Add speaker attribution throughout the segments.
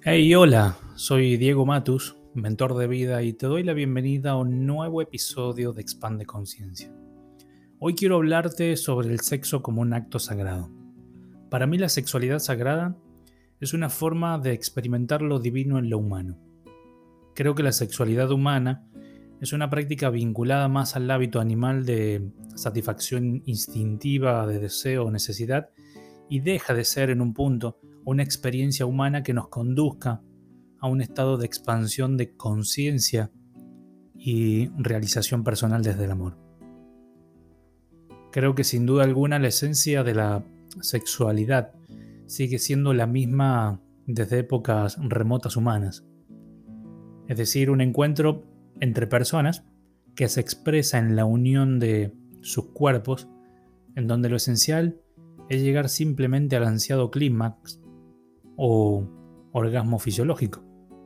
Speaker 1: Hey, hola, soy Diego Matus, mentor de vida y te doy la bienvenida a un nuevo episodio de Expande Conciencia. Hoy quiero hablarte sobre el sexo como un acto sagrado. Para mí la sexualidad sagrada es una forma de experimentar lo divino en lo humano. Creo que la sexualidad humana es una práctica vinculada más al hábito animal de satisfacción instintiva de deseo o necesidad y deja de ser en un punto una experiencia humana que nos conduzca a un estado de expansión de conciencia y realización personal desde el amor. Creo que sin duda alguna la esencia de la sexualidad sigue siendo la misma desde épocas remotas humanas, es decir, un encuentro entre personas que se expresa en la unión de sus cuerpos, en donde lo esencial es llegar simplemente al ansiado clímax o orgasmo fisiológico.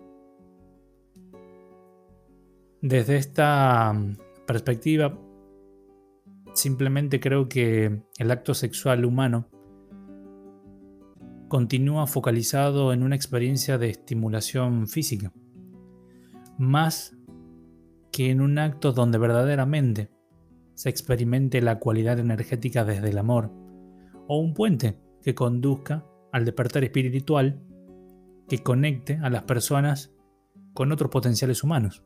Speaker 1: Desde esta perspectiva, simplemente creo que el acto sexual humano continúa focalizado en una experiencia de estimulación física, más que en un acto donde verdaderamente se experimente la cualidad energética desde el amor, o un puente que conduzca al despertar espiritual que conecte a las personas con otros potenciales humanos.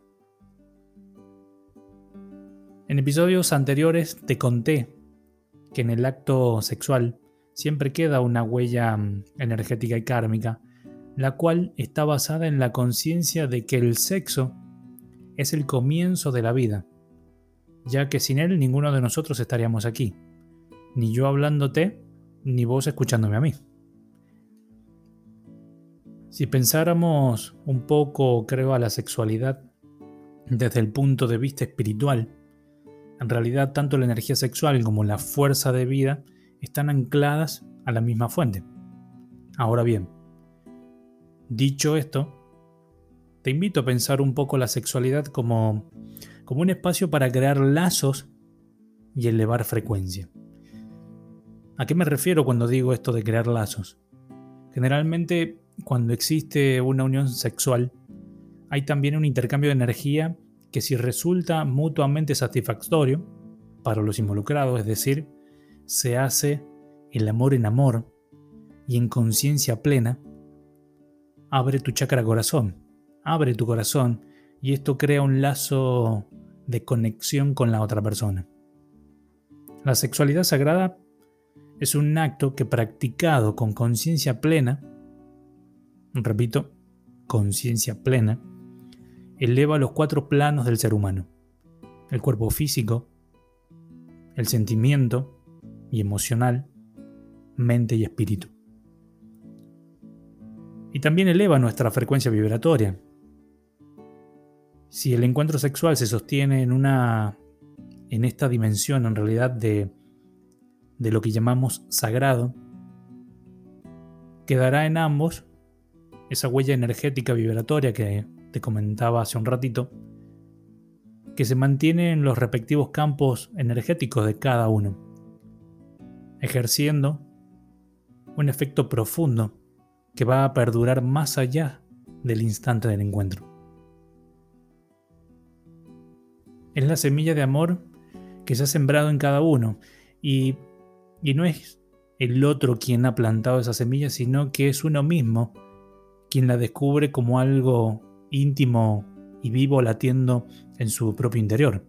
Speaker 1: En episodios anteriores te conté que en el acto sexual siempre queda una huella energética y kármica, la cual está basada en la conciencia de que el sexo es el comienzo de la vida, ya que sin él ninguno de nosotros estaríamos aquí, ni yo hablándote, ni vos escuchándome a mí. Si pensáramos un poco, creo, a la sexualidad desde el punto de vista espiritual, en realidad tanto la energía sexual como la fuerza de vida están ancladas a la misma fuente. Ahora bien, dicho esto, te invito a pensar un poco la sexualidad como un espacio para crear lazos y elevar frecuencia. ¿A qué me refiero cuando digo esto de crear lazos? Generalmente, cuando existe una unión sexual, hay también un intercambio de energía que, si resulta mutuamente satisfactorio para los involucrados, es decir, se hace el amor en amor y en conciencia plena, abre tu chakra corazón, abre tu corazón y esto crea un lazo de conexión con la otra persona. La sexualidad sagrada es un acto que, practicado con conciencia plena, repito, conciencia plena, eleva los 4 planos del ser humano: el cuerpo físico, el sentimiento y emocional, mente y espíritu. Y también eleva nuestra frecuencia vibratoria. Si el encuentro sexual se sostiene en esta dimensión, en realidad, de lo que llamamos sagrado, quedará en ambos esa huella energética vibratoria que te comentaba hace un ratito, que se mantiene en los respectivos campos energéticos de cada uno, ejerciendo un efecto profundo que va a perdurar más allá del instante del encuentro. Es la semilla de amor que se ha sembrado en cada uno y no es el otro quien ha plantado esa semilla, sino que es uno mismo quien la descubre como algo íntimo y vivo latiendo en su propio interior.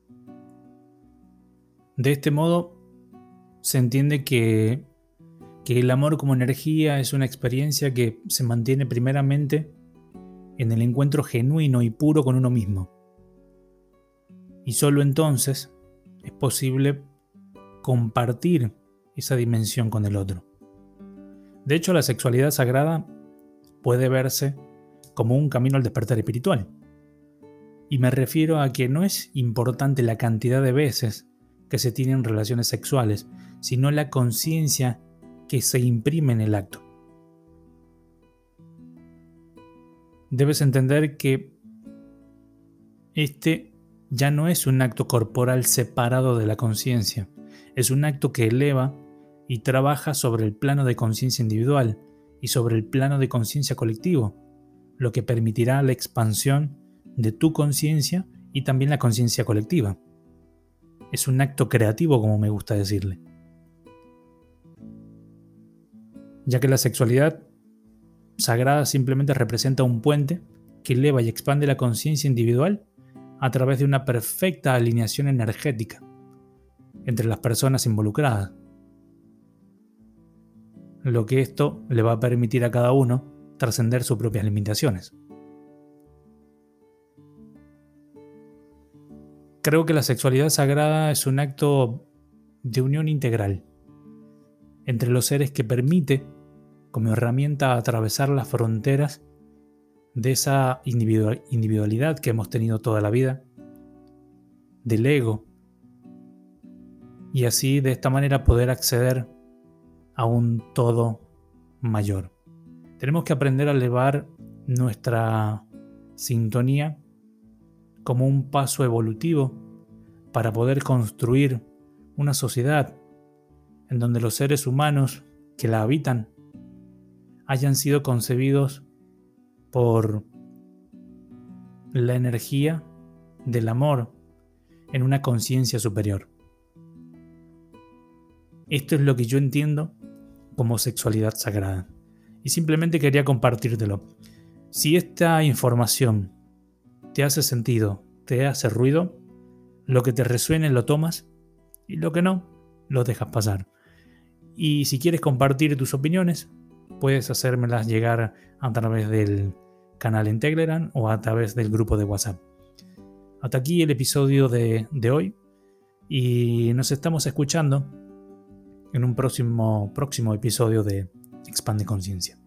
Speaker 1: De este modo, se entiende que el amor como energía es una experiencia que se mantiene primeramente en el encuentro genuino y puro con uno mismo. Y solo entonces es posible compartir esa dimensión con el otro. De hecho, la sexualidad sagrada puede verse como un camino al despertar espiritual. Y me refiero a que no es importante la cantidad de veces que se tienen relaciones sexuales, sino la conciencia que se imprime en el acto. Debes entender que este ya no es un acto corporal separado de la conciencia, es un acto que eleva y trabaja sobre el plano de conciencia individual y sobre el plano de conciencia colectivo, lo que permitirá la expansión de tu conciencia y también la conciencia colectiva. Es un acto creativo, como me gusta decirle. Ya que la sexualidad sagrada simplemente representa un puente que eleva y expande la conciencia individual a través de una perfecta alineación energética entre las personas involucradas. Lo que esto le va a permitir a cada uno trascender sus propias limitaciones. Creo que la sexualidad sagrada es un acto de unión integral entre los seres que permite, como herramienta, atravesar las fronteras de esa individualidad que hemos tenido toda la vida, del ego, y así de esta manera poder acceder a un todo mayor. Tenemos que aprender a elevar nuestra sintonía como un paso evolutivo para poder construir una sociedad en donde los seres humanos que la habitan hayan sido concebidos por la energía del amor en una conciencia superior. Esto es lo que yo entiendo como sexualidad sagrada. Y simplemente quería compartírtelo. Si esta información te hace sentido, te hace ruido, lo que te resuene lo tomas y lo que no, lo dejas pasar. Y si quieres compartir tus opiniones, puedes hacérmelas llegar a través del canal en Telegram o a través del grupo de WhatsApp. Hasta aquí el episodio de hoy y nos estamos escuchando en un próximo episodio de Expande Conciencia.